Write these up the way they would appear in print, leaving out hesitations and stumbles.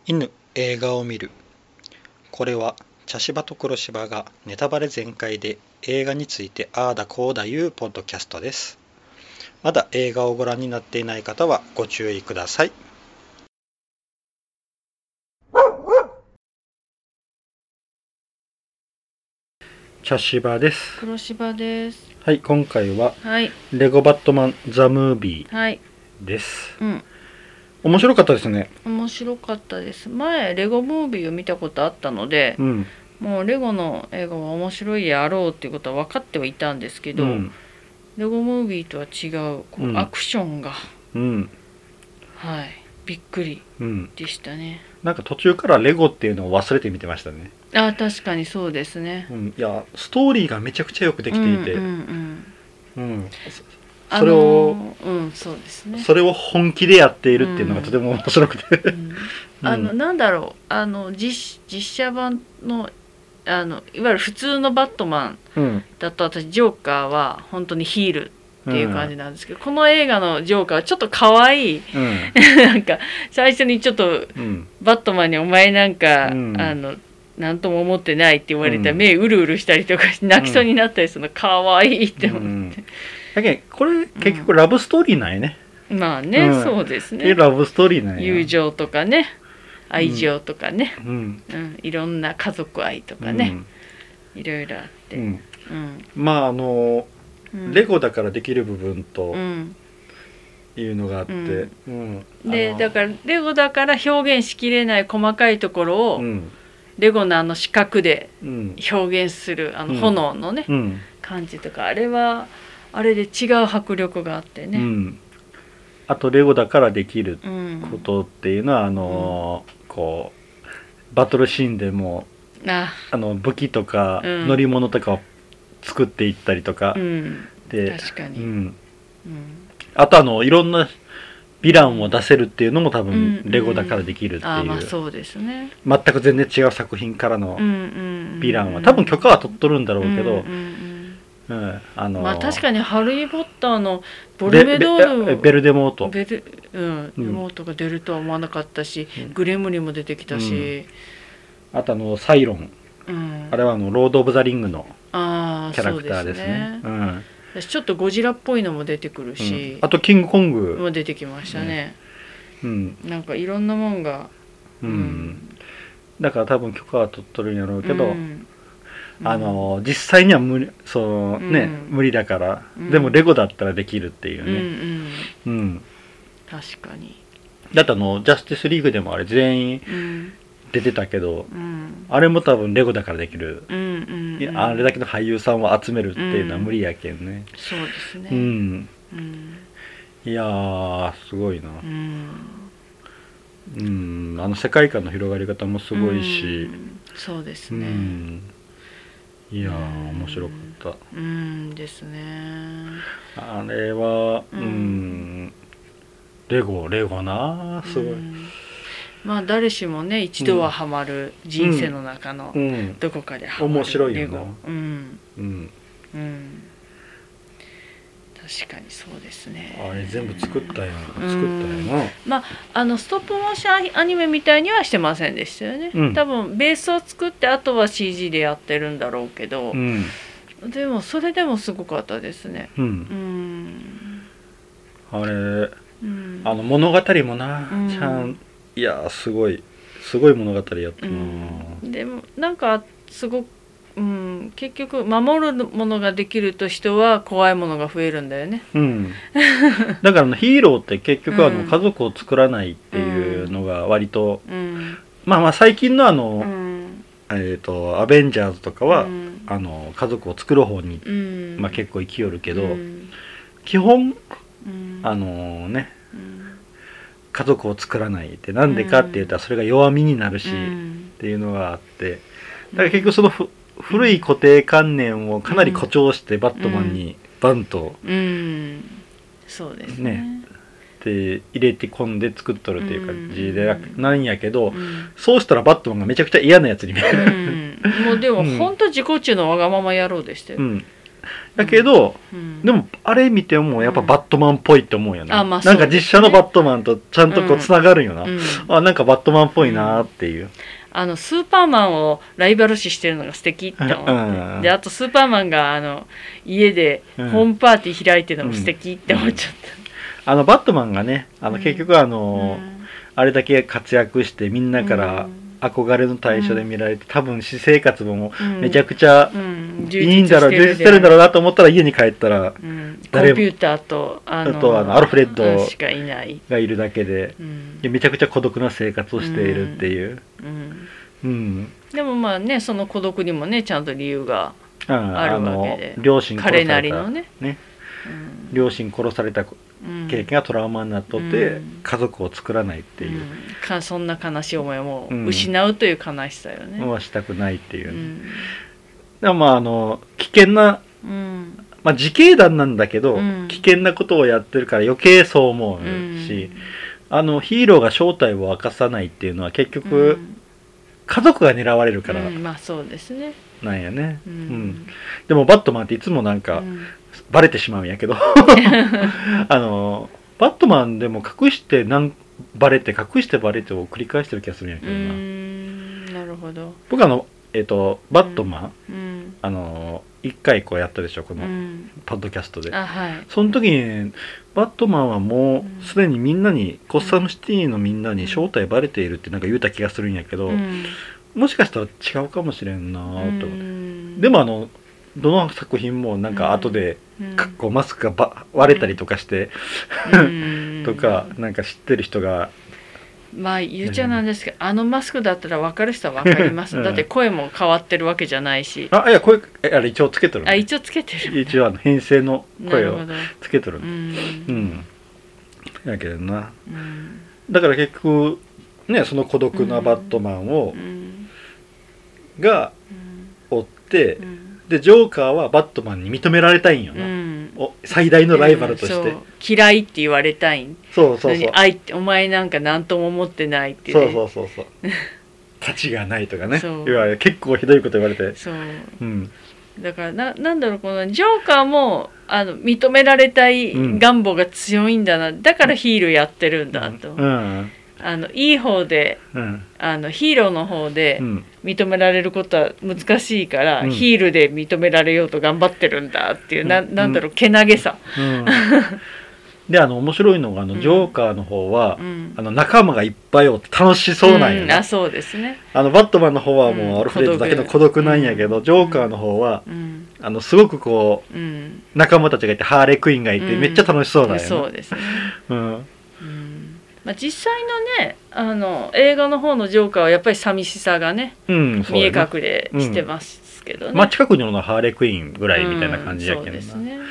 犬映画を見る。これは茶芝と黒芝がネタバレ全開で映画についてああだこうだいうポッドキャストです。まだ映画をご覧になっていない方はご注意ください。茶芝です。 黒芝です。 はい、今回ははい。 レゴバットマンザムービはい。 ーです。 うん。 面白かったですね。 面白かったです。前レゴムービーを見たことあったので、 うん。 もうレゴの映画は面白いやろうっていうことは分かってはいたんですけど、 うん。 レゴムービーとは違うアクションが、 うん。 はい、びっくりうん。 でしたね。 なんか途中からレゴっていうのを忘れて見てましたね。 あ、確かにそうですね。 うん。いや、ストーリーがめちゃくちゃよくできていて、それを、 そうですね。 それを本気でやっているっていうのがとても面白くて、 なんだろう、実写版のいわゆる普通のバットマンだと、私ジョーカーは本当にヒールっていう感じなんですけど、この映画のジョーカーはちょっと可愛い、なんか最初にちょっと、バットマンにお前なんか、なんとも思ってないって言われたら、目うるうるしたりとか泣きそうになったりするの可愛いって思って、 だけどこれ結局ラブストーリーなんやね。 まあね、そうですね。 ラブストーリーなんや。 友情とかね、愛情とかね、いろんな家族愛とかね、いろいろあって、 まあレゴだからできる部分というのがあって、 でだからレゴだから表現しきれない細かいところを、レゴの四角で表現する炎のね、感じとか、あれはあれで違う迫力があってね、 あとレゴだからできることっていうのはこうバトルシーンでも武器とか乗り物とかを作っていったりとか、で確かに、 あといろんなヴィランを出せるっていうのも多分レゴだからできるっていう、 まあそうですね。 全く全然違う作品からのヴィランは多分許可は取っとるんだろうけど、 まあ確かにハリー・ポッターのボルメドールベルデモートデモートが出るとは思わなかったし、グレムリンも出てきたし、 あとサイロン、あれはロード・オブ・ザ・リングのキャラクターですね。 ちょっとゴジラっぽいのも出てくるし、 あとキングコングも出てきましたね。なんかいろんなもんが、 だから多分許可は取っとるんやろうけど、実際には無理だから、でもレゴだったらできるっていうね。 確かに。 だってジャスティスリーグでもあれ全員出てたけど、あれも多分レゴだからできる。あれだけの俳優さんを集めるっていうのは無理やけんね。 そうですね。 いやーすごいな。世界観の広がり方もすごいし、 そうですね。 いやー面白かった。 ですね。 あれはレゴな、すごい。 まあ誰しもね一度はハマる、人生の中のどこかでハマる面白いよな。 確かにそうですね。 あれ全部作ったやな。 まあストップモーションアニメみたいにはしてませんでしたよね。多分ベースを作ってあとは CG でやってるんだろうけど、でもそれでもすごかったですね。 あれ物語もな、ちゃんいやすごい物語やったな。 でもなんかすごく結局守るものができると人は怖いものが増えるんだよね。 だからヒーローって結局家族を作らないっていうのが割と、まあ最近のアベンジャーズとかは、家族を作る方に、結構生きよるけど、基本家族を作らないってなんでかって言ったらそれが弱みになるし、っていうのがあって、だから結局その古い固定観念をかなり誇張してバットマンにバンとそうですねで入れて込んで作っとるっていう感じでなんやけど、そうしたらバットマンがめちゃくちゃ嫌なやつに見える。 もうでも本当自己中のわがまま野郎でしたよ。 だけど、でもあれ見てもやっぱバットマンっぽいって思うよね、なんか実写のバットマンとちゃんとこうつながるんよな、なんかバットマンっぽいなっていう、 スーパーマンをライバル視してるのが素敵って思って、であとスーパーマンが家でホームパーティー開いてるのも素敵って思っちゃった、 バットマンがね結局あれだけ活躍してみんなから憧れの対象で見られて、多分私生活もめちゃくちゃいいんだろう、充実してるんだろうなと思ったら、家に帰ったらコンピューターとアルフレッドしかいないがいるだけで、めちゃくちゃ孤独な生活をしているっていう、 でもまあね、その孤独にもねちゃんと理由があるわけで、 両親彼なりのね、 両親殺された経験がトラウマになっとって、家族を作らないっていう、 そんな悲しい思いをもう失うという悲しさよね、 はしたくないっていう、でもまあ危険な、自警団なんだけど、危険なことをやってるから余計そう思うし、ヒーローが正体を明かさないっていうのは結局、家族が狙われるから、 まあそうですね、 なんやね、でもバットマンっていつもなんか、バレてしまうんやけどバットマンでも隠してバレて隠してバレてを繰り返してる気がするんやけどな。 なるほど。 僕バットマン、1回こうやったでしょ、このポッドキャストで、その時にバットマンはもうすでにみんなに、ゴッサムシティのみんなに正体バレているってなんか言うた気がするんやけど、もしかしたら違うかもしれんなと思って。でもどの作品もなんか後で、こうマスクが割れたりとかしてとか、なんか知ってる人が、 まあ言っちゃなんですけど、マスクだったら分かる人は分かります、だって声も変わってるわけじゃないし。 いや声あれ一応つけとる、 一応つけてる、 一応編成の声をつけとる、やけどな、だから結局ね、その孤独なバットマンを、が追って、でジョーカーはバットマンに認められたいんよな、最大のライバルとして、 嫌いって言われたいん、 そうお前なんか何とも思ってないって、 そう価値がないとかね、いわゆる結構ひどいこと言われて、 だからなんだろう、このジョーカーも認められたい願望が強いんだな、だからヒールやってるんだと、いい方で、ヒーローの方で認められることは難しいから、ヒールで認められようと頑張ってるんだっていう、なんだろう、けなげさ、 で面白いのがジョーカーの方は、仲間がいっぱいおって楽しそうなんよね、 そうですね、 バットマンの方はもうアルフレッドだけの孤独なんやけど、ジョーカーの方は、すごくこう、仲間たちがいて、ハーレークイーンがいて、めっちゃ楽しそうなんよね、 そうですね、実際のね映画の方のジョーカーはやっぱり寂しさがね、見え隠れしてますけどね、 近くにおるのはハーレークイーンぐらいみたいな感じやけどな、そうですね、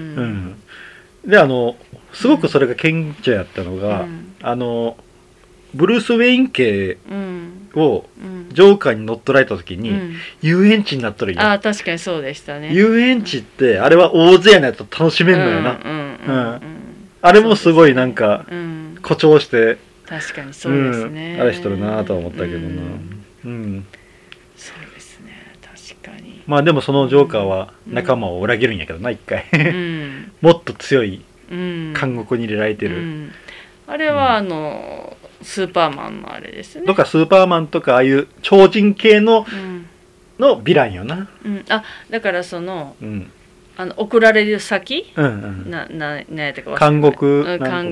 ですごくそれが顕著やったのが、ブルース・ウェイン家をジョーカーに乗っ取られた時に、遊園地になっとるんや。 確かにそうでしたね。 遊園地ってあれは大勢やないと楽しめんのよな。あれもすごいなんか誇張して、 確かにそうですね、 あれしとるなと思ったけどな。 そうですね、確かに。 まあでもそのジョーカーは仲間を裏切るんやけどな、一回もっと強い監獄に入れられてる、 あれはスーパーマンのあれですね、 とかスーパーマンとかああいう超人系のヴィランよな、 だからその送られる先、なんやったか監獄、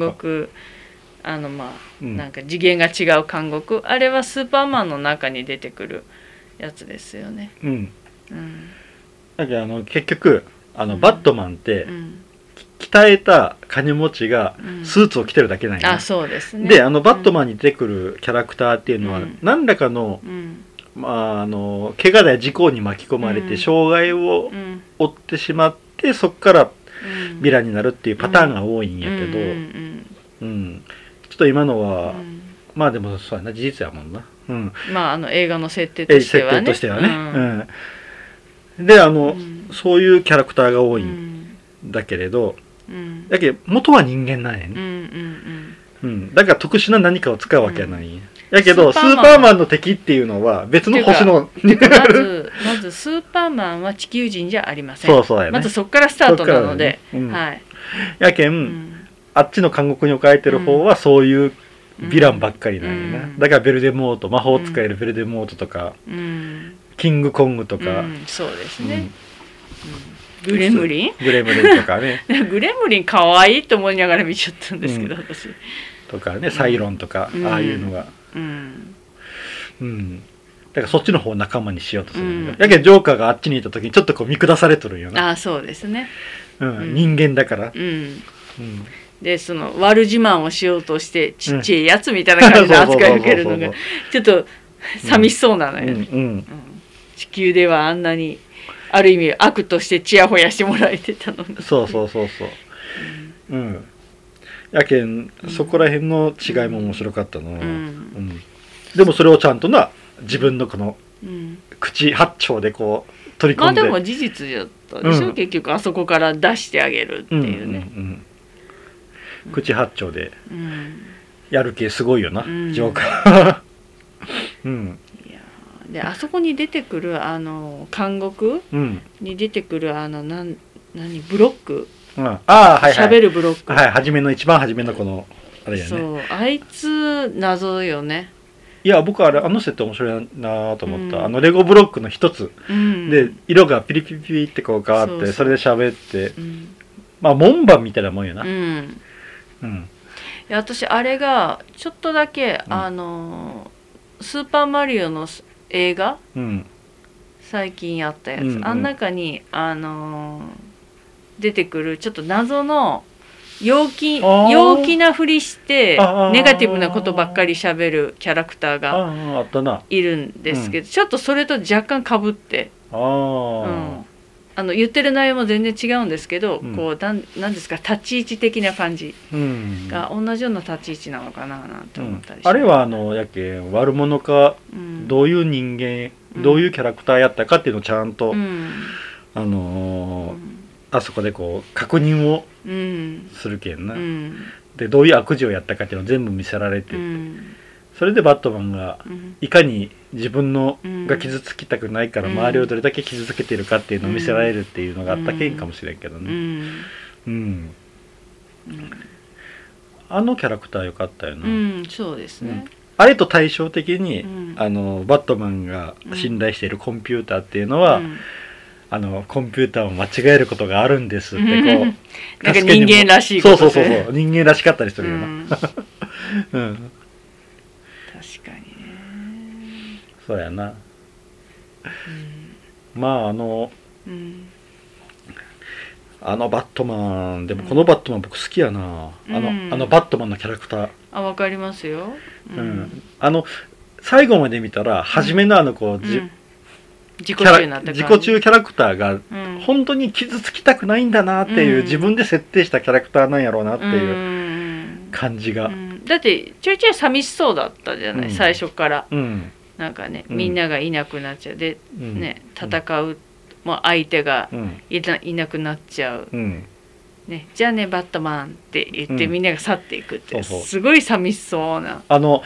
なんか次元が違う監獄、あれはスーパーマンの中に出てくるやつですよね。 だけど結局バットマンって、鍛えた金持ちがスーツを着てるだけなんや、 そうですね。 でバットマンに出てくるキャラクターっていうのは、何らかの、怪我や事故に巻き込まれて障害を負ってしまって、そこからヴィランになるっていうパターンが多いんやけど、ちょっと今のは、まあでもそうやな、事実やもんな、 映画の設定としてはね、 でそういうキャラクターが多いんだけれど、だけど元は人間なんやね、だから特殊な何かを使うわけやない、 やけどスーパーマンの敵っていうのは別の星のまずスーパーマンは地球人じゃありません。 そうやね、 まずそこからスタートなので、はい、 やけん、あっちの監獄に置かれてる方はそういうヴィランばっかりなんやな、だからベルデモート、魔法使えるベルデモートとか、キングコングとか、 そうですね、グレムリンとかねグレムリン可愛いと思いながら見ちゃったんですけど、私とかね、サイロンとか、ああいうのがだからそっちの方を仲間にしようとするんだけど、やけどジョーカーがあっちにいた時にちょっとこう見下されとるよな。 そうですね、 人間だから、 でその悪自慢をしようとしてちっちゃいやつみたいな感じで扱い受けるのがちょっと寂しそうなのよね。地球ではあんなにある意味悪としてチヤホヤしてもらえてたのに。 そうやけんそこら辺の違いも面白かったの、でもそれをちゃんと自分のこの口八丁でこう取り込んで、 でも事実だったでしょ、結局あそこから出してあげるっていうね、 口八丁でやる系すごいよな、ジョーカーであそこに出てくる監獄に出てくる何ブロック、喋るブロック、 一番初めのこのあれやね。 そうあいつ謎よね。 いや僕あの設定面白いなと思った、レゴブロックの一つ、で色がピリピリピリってこうガーって、それで喋って、門番みたいなもんよな。 私あれがちょっとだけ、スーパーマリオの映画、最近やったやつ、あん中に出てくるちょっと謎の陽気なふりしてネガティブなことばっかり喋るキャラクターがいるんですけど、ちょっとそれと若干かぶって、言ってる内容も全然違うんですけど、こうなんですか、立ち位置的な感じが同じような立ち位置なのかななんて思ったりして、 あれはやけん悪者か、どういう人間、どういうキャラクターやったかっていうのをちゃんと、あそこでこう確認をするけんな、でどういう悪事をやったかっていうのを全部見せられて、それでバットマンがいかに自分のが傷つきたくないから周りをどれだけ傷つけているかっていうのを見せられるっていうのがあったけんかもしれんけどね。あのキャラクター良かったよな。 そうですね。 あれと対照的に、バットマンが信頼しているコンピューターっていうのは、コンピューターを間違えることがあるんですってこうなんか人間らしいことそう人間らしかったりするよな。確かにね。 そうやな。まああのバットマンでもこのバットマン僕好きやな。あのバットマンのキャラクター。 わかりますよ。 最後まで見たら初めのこう自己中キャラクターが本当に傷つきたくないんだなっていう自分で設定したキャラクターなんやろうなっていう感じが、 だってちょいちょい寂しそうだったじゃない、最初から、なんかね、みんながいなくなっちゃうで、ね、戦う、相手がいなくなっちゃう、ね、じゃあねバットマンって言ってみんなが去っていくって、すごい寂しそうな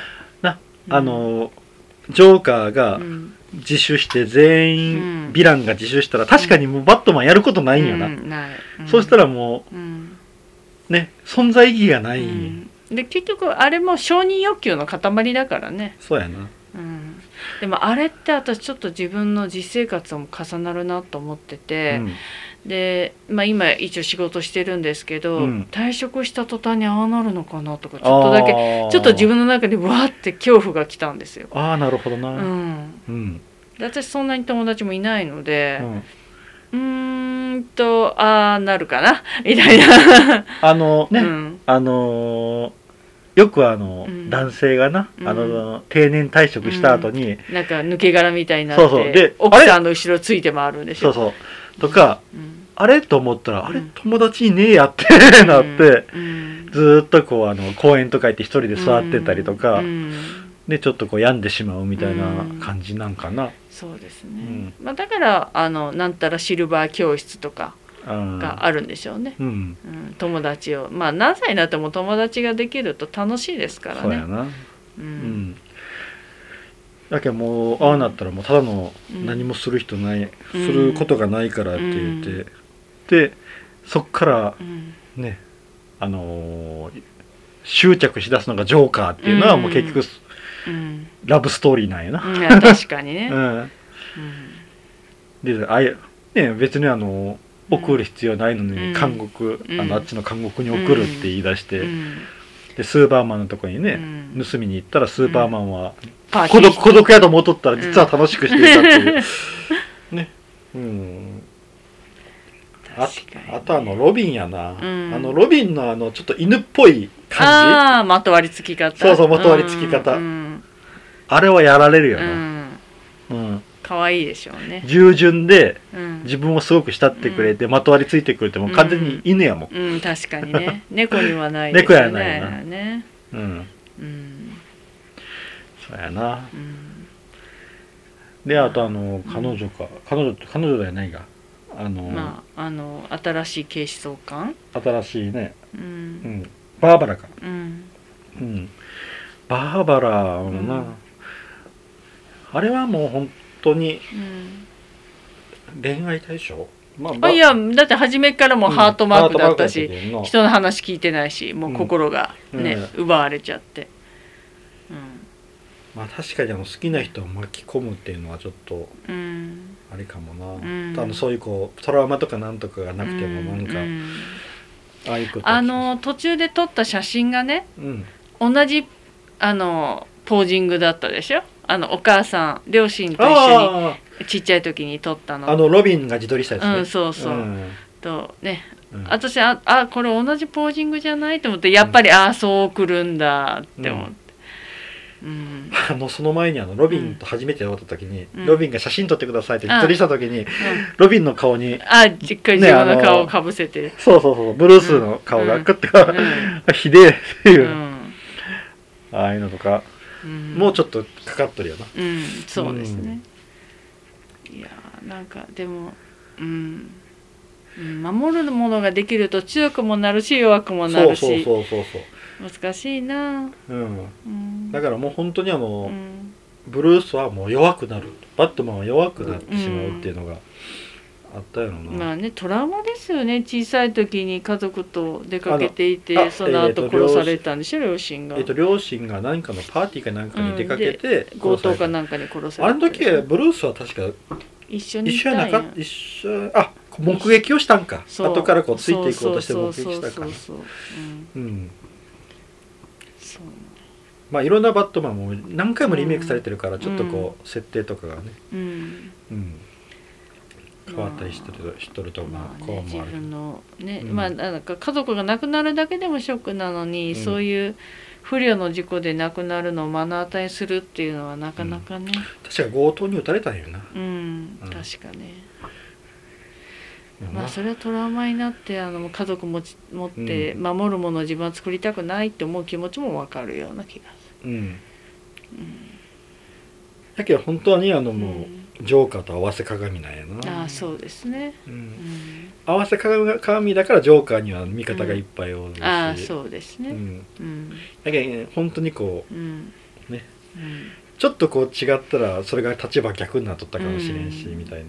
ジョーカーが自首して全員ヴィランが自首したら確かにもうバットマンやることないんよな。そうしたらもうね、存在意義がない。 で結局あれも承認欲求の塊だからね。 そうやな。 でもあれって私ちょっと自分の実生活も重なるなと思ってて、で、今一応仕事してるんですけど、退職した途端にああなるのかなとかちょっとだけちょっと自分の中でわーって恐怖が来たんですよ。 なるほどな。 で私そんなに友達もいないので、なるかなみたいな。 よく男性がな、定年退職した後に、 なんか抜け殻みたいになって奥さんの後ろついて回るんでしょ。 とか、あれと思ったら、あれ友達いねえやってなって、ずっとこう公園とか行って一人で座ってたりとか、でちょっとこう病んでしまうみたいな感じなんかな。 そうですね。だからなんたらシルバー教室とかがあるんでしょうね。友達を何歳になっても友達ができると楽しいですからね。 そうやな。 だけどもうああなったらもうただの何もする人ない、することがないからって言って、でそっからね、執着しだすのがジョーカーっていうのはもう結局、ラブストーリーなんやな。 いや確かにね。 でね、別に送る必要ないのに監獄、あっちの監獄に送るって言い出して、でスーパーマンのとこにね、盗みに行ったらスーパーマンは孤独やと思っとったら実は楽しくしていたっていう、ね。あとロビンやな、ロビンのちょっと犬っぽい感じ、まとわりつき方、 そうまとわりつき方、あれはやられるよな。 可愛いでしょうね。 従順で自分をすごく慕ってくれてまとわりついてくれても完全に犬やもん。 確かにね。猫にはないですよね。猫やないな。 そうやな。であと彼女じゃないが新しい警視総監。 新しいね。バーバラか。バーバラもな。あれはもう本当に恋愛対象？ いやだって初めからもうハートマークだったし、人の話聞いてないし、もう心がね、奪われちゃって。 まあ確かに好きな人を巻き込むっていうのはちょっとあれかもな。そういうトラウマとかなんとかがなくてもなんかああいうこと。 途中で撮った写真がね、同じポージングだったでしょ。お母さん両親と一緒にちっちゃい時に撮ったの。 ロビンが自撮りしたやつね。 そうそう。とね、私これ同じポージングじゃないと思って、やっぱりそうくるんだって思って。 その前にロビンと初めて会った時に、ロビンが写真撮ってくださいって自撮りした時に、ロビンの顔にじっくり自分の顔をかぶせて、 そうブルースの顔がクッてひでえっていう、ああいうのとかもうちょっとかかっとるよな。 そうですね。いやなんかでも守るものができると強くもなるし弱くもなるし、難しいな。だからもう本当にブルースはもう弱くなる、バットマンは弱くなってしまうっていうのがあったやろな。 まあね、トラウマですよね。小さい時に家族と出かけていて、その後殺されたんでしょ、両親が。 両親が何かのパーティーかなんかに出かけて、 強盗かなんかに殺された。 あの時ブルースは確か一緒やなかった。 目撃をしたんか。後からついていこうとして目撃したから。まあいろんなバットマンも何回もリメイクされてるからちょっと設定とかがね変わったりしてるとこうもある。 自分のね、なんか家族が亡くなるだけでもショックなのに、そういう不慮の事故で亡くなるのを目の当たりにするっていうのはなかなかね。 確か強盗に撃たれたんよな。 確かね。それはトラウマになって家族持って守るものを自分は作りたくないって思う気持ちも分かるような気がする。 だけど本当にもうジョーカーと合わせ鏡なんやな。 そうですね。 合わせ鏡だからジョーカーには味方がいっぱいおるし。 そうですね。 だけど本当にね、ちょっと違ったらそれが立場逆になっとったかもしれんしみたいな。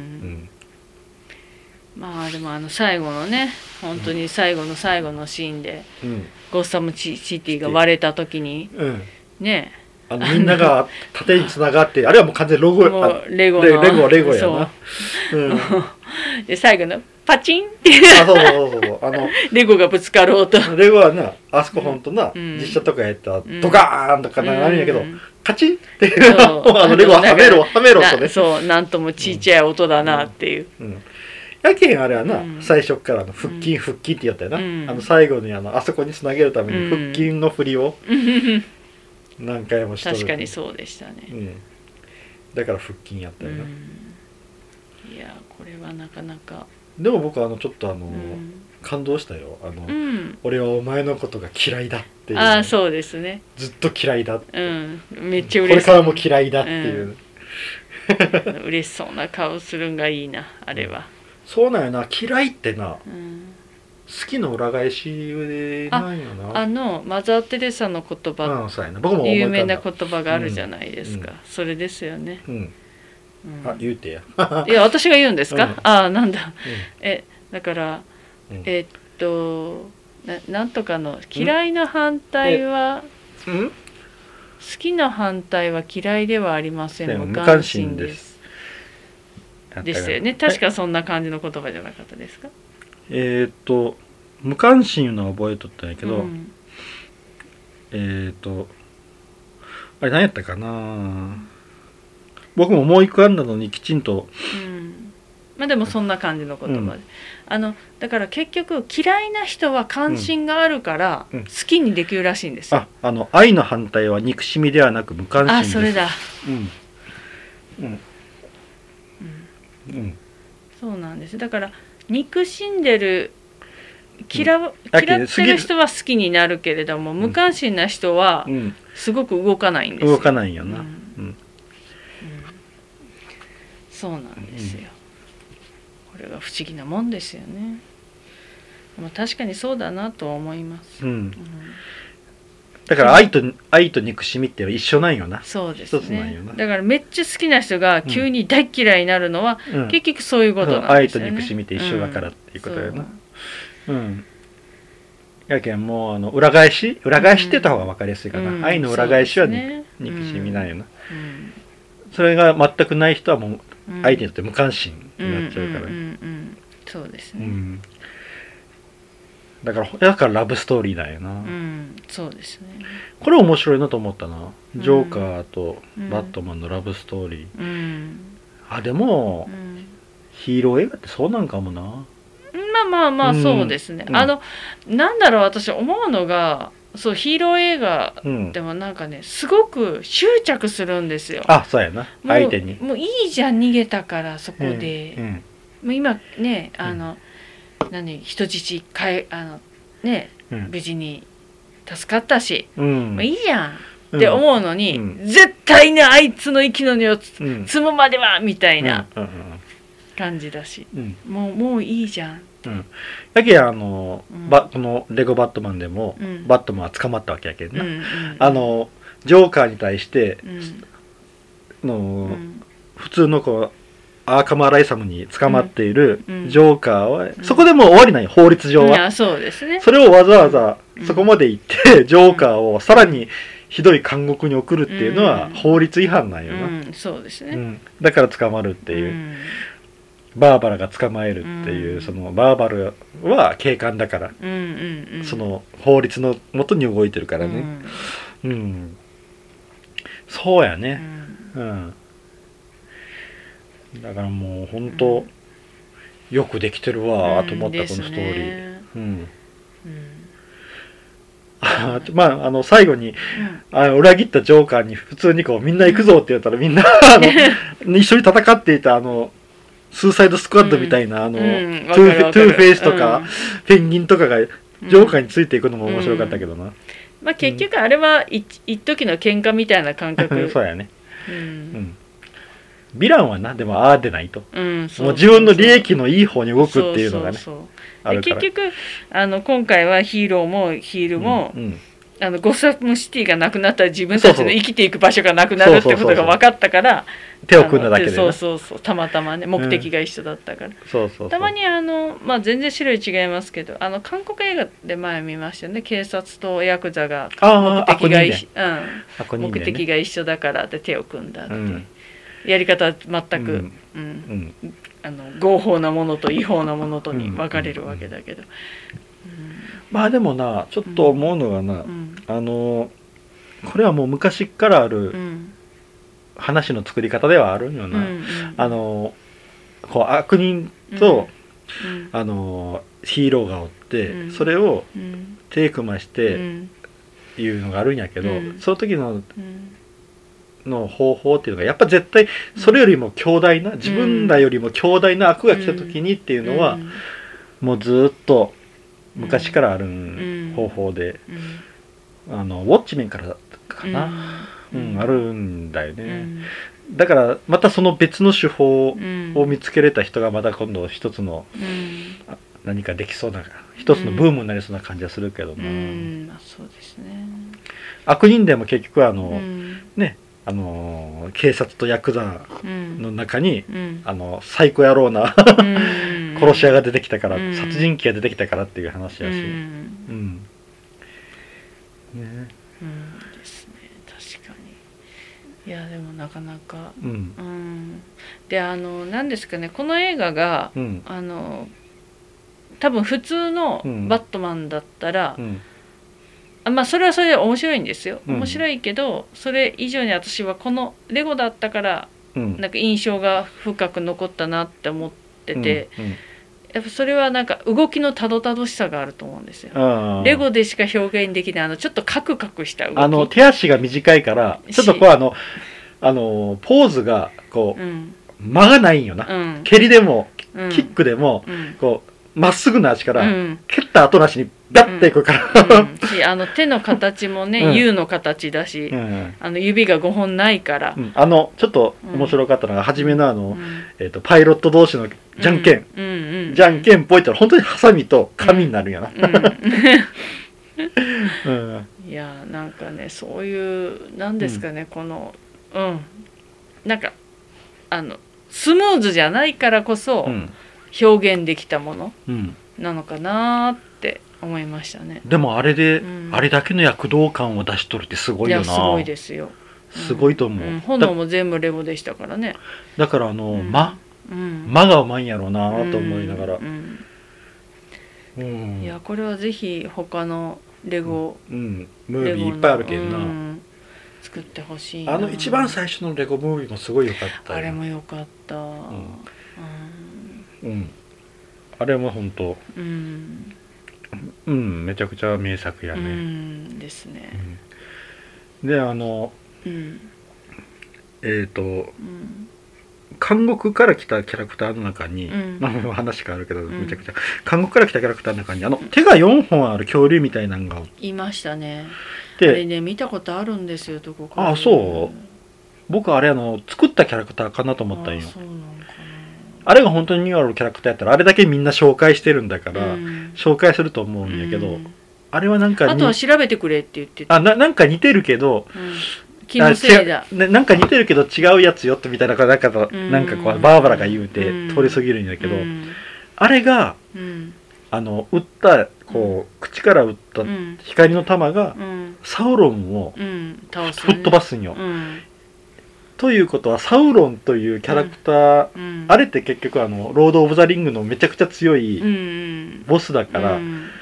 でも最後のね、本当に最後のシーンで、ゴッサムシティが割れた時に、ね、 みんなが縦につながって、あれはもう完全にレゴやな。 で最後のパチンってレゴがぶつかる音。 レゴはな、あそこ本当な、実写とかやったらドカーンとかなるんやけど、カチンってレゴははめろとね。 そう、なんともちっちゃい音だなっていう。 やけんあれはな、最初から腹筋って言ったよな。最後にあそこにつなげるために腹筋の振りを何回もしとる。 確かにそうでしたね。 だから腹筋やったよな。 いやこれはなかなか。 でも僕ちょっと感動したよ。俺はお前のことが嫌いだっていう。 そうですね。 ずっと嫌いだって。 めっちゃ嬉しい。 これからも嫌いだっていう。 嬉しそうな顔するんがいいな、あれは。 そうなんやな、嫌いってな、 好きの裏返しなんよな。 マザー・テレサの言葉、 そうやな、僕も有名な言葉があるじゃないですか、それですよね。 言うてや。 いや私が言うんですか。なんだ。だからなんとかの嫌いな反対は好きの反対は嫌いではありません。無関心です。ですよね。確かそんな感じの言葉じゃなかったですか。 無関心の覚えとったんやけど、あれ何やったかな。僕も思い浮かんだのにきちんと、 まあでもそんな感じの言葉で、だから結局嫌いな人は関心があるから好きにできるらしいんですよ。 愛の反対は憎しみではなく無関心です。 それだ。そうなんです。だから憎しんでる嫌ってる人は好きになるけれども、無関心な人はすごく動かないんですよ。 動かないよな。 そうなんですよ。これが不思議なもんですよね。でも確かにそうだなとは思います。 だから愛と憎しみって一緒なんよな。 そうですね。だからめっちゃ好きな人が急に大嫌いになるのは、結局そういうことなんですよね。 愛と憎しみって一緒だからっていうことよな。やけんもう裏返しって言った方が分かりやすいかな。愛の裏返しは憎しみなんよな。それが全くない人はもう相手にとって無関心になっちゃうから。 そうですね。 だからラブストーリーだよな。 そうですね。 これ面白いなと思ったな。ジョーカーとバットマンのラブストーリー。でもヒーロー映画ってそうなんかもな。 まあそうですね。なんだろう、私思うのが、そうヒーロー映画でもなんかね、すごく執着するんですよ。 そうやな。相手にもういいじゃん、逃げたからそこで。もう今ね、人質無事に助かったし、いいじゃんって思うのに、絶対にあいつの生きの根を積むまではみたいな感じだし、もういいじゃん。 だけこのレゴバットマンでもバットマンは捕まったわけやけんな。ジョーカーに対して普通のアーカム・アライサムに捕まっているジョーカーはそこでもう終わりない、法律上は。 そうですね。 それをわざわざそこまで行ってジョーカーをさらにひどい監獄に送るっていうのは法律違反なんよな。 そうですね。 だから捕まるっていう。バーバラが捕まえるっていう、そのバーバラは警官だから、その法律のもとに動いてるからね。そうやね。だからもう本当よくできてるわと思った、このストーリー。最後に裏切ったジョーカーに普通にみんな行くぞって言ったら、みんな一緒に戦っていたスーサイドスクワッドみたいなトゥーフェイスとかペンギンとかがジョーカーについていくのも面白かったけどな。 結局あれは一時の喧嘩みたいな感覚。 そうやね。ヴィランはな、でもでないと、もう自分の利益のいい方に動くっていうのがねあるから。 結局今回はヒーローもヒールもゴサムシティがなくなったら自分たちの生きていく場所がなくなるってことが分かったから手を組んだだけで、 たまたまね、目的が一緒だったから。たまに全然種類違いますけど、韓国映画で前見ましたよね。警察とヤクザが目的が一緒だからって手を組んだっていう、やり方は全く合法なものと違法なものとに分かれるわけだけど、 でもな、ちょっと思うのがな、これはもう昔からある話の作り方ではあるんよな。悪人とヒーローがおって、それを手組ましていうのがあるんやけど、その時の方法っていうのがやっぱ絶対それよりも強大な、自分らよりも強大な悪が来た時にっていうのはもうずっと昔からある方法で、ウォッチメンからかな、あるんだよね。だからまたその別の手法を見つけれた人がまた今度一つの何かできそうな一つのブームになりそうな感じはするけどな、 まあ、そうですね。 悪人でも結局ね警察とヤクザの中に、サイコ野郎な殺し屋が出てきたから、殺人鬼が出てきたからっていう話やし、 ですね、確かに。いやでもなかなか、で何ですかね、この映画が、多分普通のバットマンだったら、まあそれはそれで面白いんですよ。面白いけど、それ以上に私はこのレゴだったから、なんか印象が深く残ったなって思ってて、やっぱそれはなんか動きのたどたどしさがあると思うんですよ。レゴでしか表現できないちょっとカクカクした動き。 手足が短いからちょっとこうポーズがこう、間がないんよな。蹴りでも、キックでも、こうまっすぐな足から、蹴った後なしにガッていくから、 手の形もね、U の形だし、指が5本ないから、 ちょっと面白かったのが初めのパイロット同士のじゃんけん、じゃんけんぽいったら本当にハサミと紙になるんやな。 いやなんかね、そういうなんですかね、このなんかスムーズじゃないからこそ表現できたものなのかなって思いましたね。 でもあれで、あれだけの躍動感を出しとるってすごいよな。 いやすごいですよ。 すごいと思う。 炎も全部レゴでしたからね。 だから間がうまいんやろうなと思いながら。 いやこれはぜひ他のレゴムービーいっぱいあるけんな。 作ってほしいな。 一番最初のレゴムービーもすごい良かった。 あれも良かった。 あれも本当。めちゃくちゃ名作やね。 ですね。 で韓国から来たキャラクターの中に、話変わるけどめちゃくちゃ韓国から来たキャラクターの中に手が4本ある恐竜みたいなのがいましたね。あれね見たことあるんですよ、どこか。 あ、そう。僕あれ作ったキャラクターかなと思ったんよ。 そうなのかな。 あれが本当にニューアルのキャラクターやったらあれだけみんな紹介してるんだから、紹介すると思うんやけど、あれはなんかあとは調べてくれって言ってた。なんか似てるけど、 気のせいだ。 なんか似てるけど違うやつよってみたいななんかこうバーバラが言うて通り過ぎるんやけど、あれが撃ったこう口から撃った光の玉がサウロンを吹っ飛ばすんよ。ということはサウロンというキャラクター、あれって結局ロード・オブ・ザ・リングのめちゃくちゃ強いボスだから、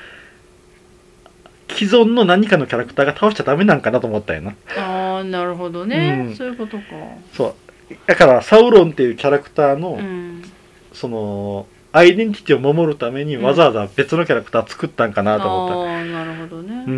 既存の何かのキャラクターが倒しちゃダメなんかなと思ったよな。 ああなるほどね、そういうことか。 そうだからサウロンっていうキャラクターの、そのアイデンティティを守るためにわざわざ別のキャラクター作ったんかなと思った。 ああなるほどね。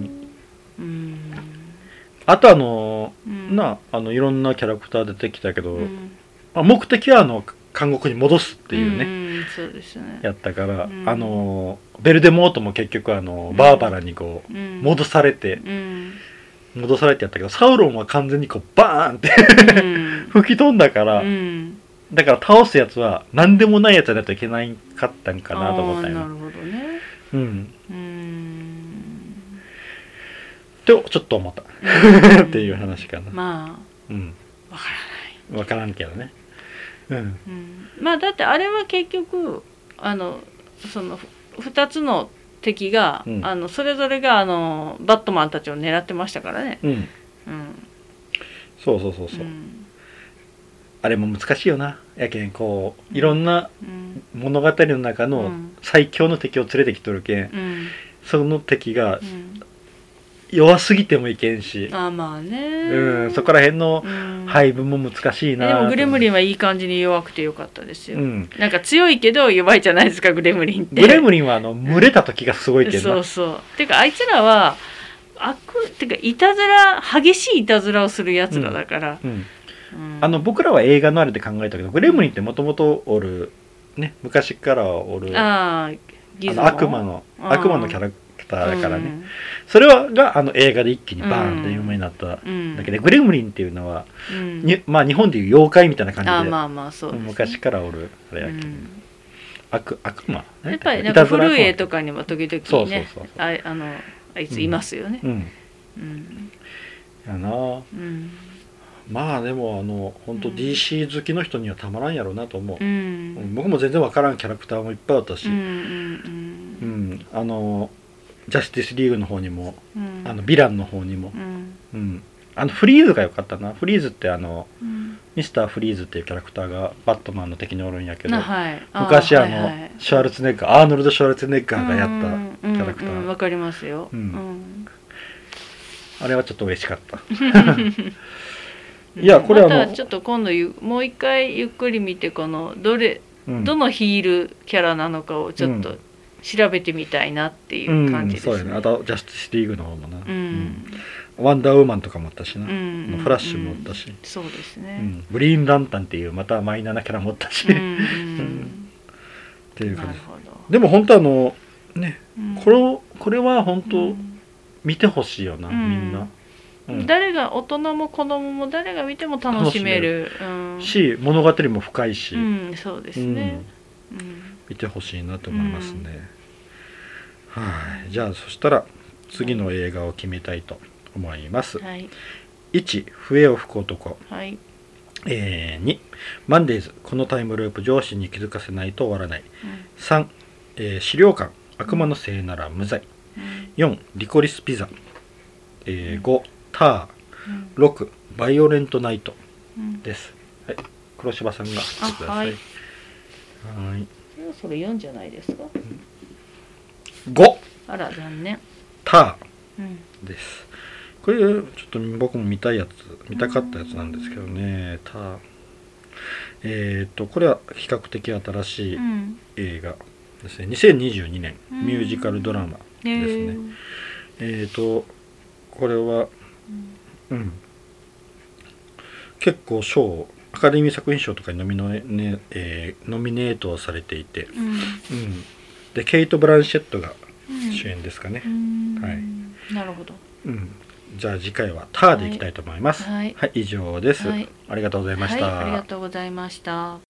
あといろんなキャラクター出てきたけど、目的は監獄に戻すっていうね、 そうですね、 やったから、ベルデモートも結局バーバラにこう、戻されてやったけど、サウロンは完全にこうバーンって吹き飛んだから、だから倒すやつは何でもないやつじゃないといけないかったんかなと思ったよ。 なるほどね。 とちょっと思ったっていう話かな。 まあ、わからない。 わからんけどね。 まあだってあれは結局その2つの敵が、それぞれがバットマンたちを狙ってましたからね。そう。 あれも難しいよな。やけんこういろんな物語の中の最強の敵を連れてきとるけん、その敵が弱すぎてもいけんし、 まあね、 そこら辺の配分も難しいな。 でもグレムリンはいい感じに弱くてよかったですよ。なんか強いけど弱いじゃないですか、グレムリンって。 グレムリンは群れた時がすごいけどな。 そうてかあいつらはてかいたずら、激しいいたずらをするやつらだから、 僕らは映画のあれで考えたけど、グレムリンってもともとおるね、昔からおる悪魔のキャラクターだからね、それが映画で一気にバーンと有名になっただけで、グレムリンっていうのは、日本でいう妖怪みたいな感じで、 そうですね、 昔からおるあれやけど、 悪魔、 ね、やっぱりなんか古い絵とかにも時々ねあいついますよね。 やな、まあでも本当 DC 好きの人にはたまらんやろうなと思う、僕も全然わからんキャラクターもいっぱいあったし、ジャスティスリーグの方にも、ヴィランの方にも、フリーズが良かったな。フリーズってミスターフリーズっていうキャラクターがバットマンの敵におるんやけど、昔シュワルツェネッガー、アーノルド・シュワルツェネッガーがやったキャラクター。 わかりますよ。 あれはちょっと嬉しかった。いやこれまたちょっと今度もう一回ゆっくり見てどのヒールキャラなのかをちょっと調べてみたいなっていう感じですね。 そうやね。あとジャスティスリーグの方もな。ワンダーウーマンとかもあったしな。フラッシュもあったし。 そうですね。 グリーンランタンっていうまたマイナーなキャラもあったし。っていう感じ。でも本当ね、これは本当見てほしいよな、みんな。 誰が大人も子供も誰が見ても楽しめるし、物語も深いし、 そうですね、 見てほしいなと思いますね。じゃあそしたら次の映画を決めたいと思います。1、笛を吹く男。2、マンデーズ、このタイムループ上司に気づかせないと終わらない。3、資料館、悪魔のせいなら無罪。4、リコリスピザ。5、ター。6、バイオレントナイトです。黒柴さんがしてください。 それ4じゃないですか。 5。 あら残念。 ターです。これちょっと僕も見たかったやつなんですけどね。ター。これは比較的新しい映画ですね。2022年ミュージカルドラマですね。これは結構アカデミー作品賞とかにノミネートされていて、でケイト・ブランシェットが主演ですかね。 なるほど。 じゃあ次回はターでいきたいと思います。以上です。ありがとうございました。 ありがとうございました。